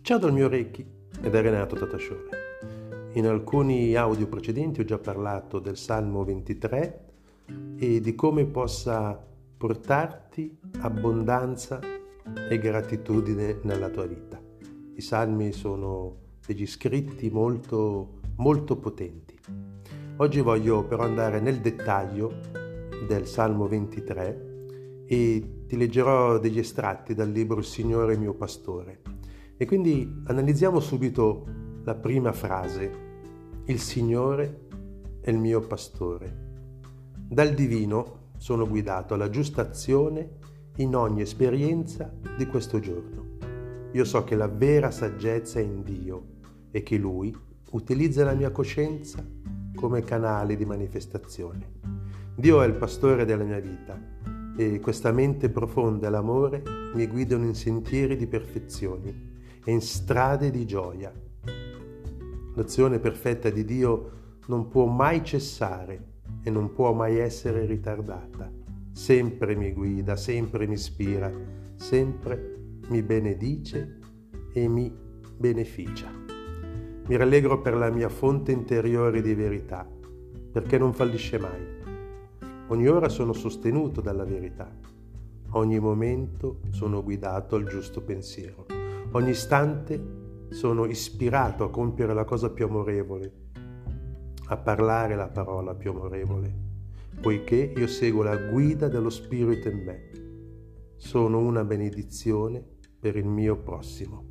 Ciao dal mio Reiki e da Renato Tatasciore. In alcuni audio precedenti ho già parlato del Salmo 23 e di come possa portarti abbondanza e gratitudine nella tua vita. I salmi sono degli scritti molto potenti. Oggi voglio però andare nel dettaglio del Salmo 23 e ti leggerò degli estratti dal libro Il Signore mio pastore. E quindi analizziamo subito la prima frase: il Signore è il mio pastore. Dal divino sono guidato alla giusta azione in ogni esperienza di questo giorno. Io so che la vera saggezza è in Dio e che Lui utilizza la mia coscienza come canale di manifestazione. Dio è il pastore della mia vita e questa mente profonda e l'amore mi guidano in sentieri di perfezioni e in strade di gioia. L'azione perfetta di Dio non può mai cessare e non può mai essere ritardata. Sempre mi guida, sempre mi ispira, sempre mi benedice e mi beneficia. Mi rallegro per la mia fonte interiore di verità, perché non fallisce mai. Ogni ora sono sostenuto dalla verità. Ogni momento sono guidato al giusto pensiero. Ogni istante sono ispirato a compiere la cosa più amorevole, a parlare la parola più amorevole, poiché io seguo la guida dello Spirito in me. Sono una benedizione per il mio prossimo.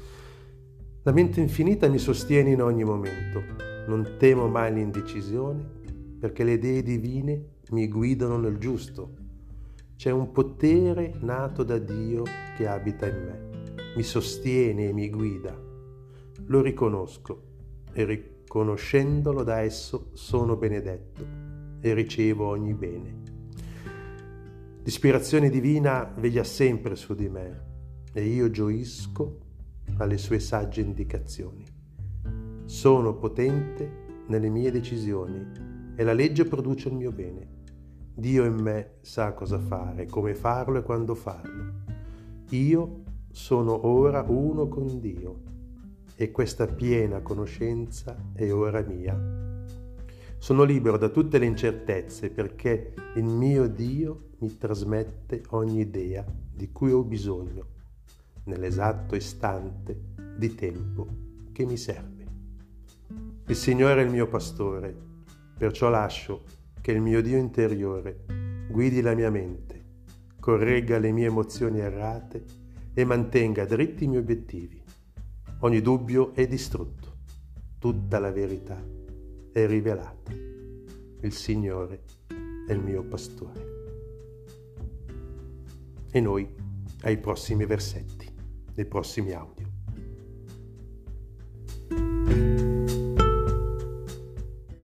La mente infinita mi sostiene in ogni momento. Non temo mai l'indecisione, perché le idee divine mi guidano nel giusto. C'è un potere nato da Dio che abita in me. Mi sostiene e mi guida. Lo riconosco e riconoscendolo da esso sono benedetto e ricevo ogni bene. L'ispirazione divina veglia sempre su di me e io gioisco alle sue sagge indicazioni. Sono potente nelle mie decisioni e la legge produce il mio bene. Dio in me sa cosa fare, come farlo e quando farlo. Io sono ora uno con Dio e questa piena conoscenza è ora mia. Sono libero da tutte le incertezze perché il mio Dio mi trasmette ogni idea di cui ho bisogno nell'esatto istante di tempo che mi serve. Il Signore è il mio pastore, perciò lascio che il mio Dio interiore guidi la mia mente, corregga le mie emozioni errate e mantenga dritti i miei obiettivi. Ogni dubbio è distrutto, tutta la verità è rivelata. Il Signore è il mio pastore. E noi ai prossimi versetti, nei prossimi audio.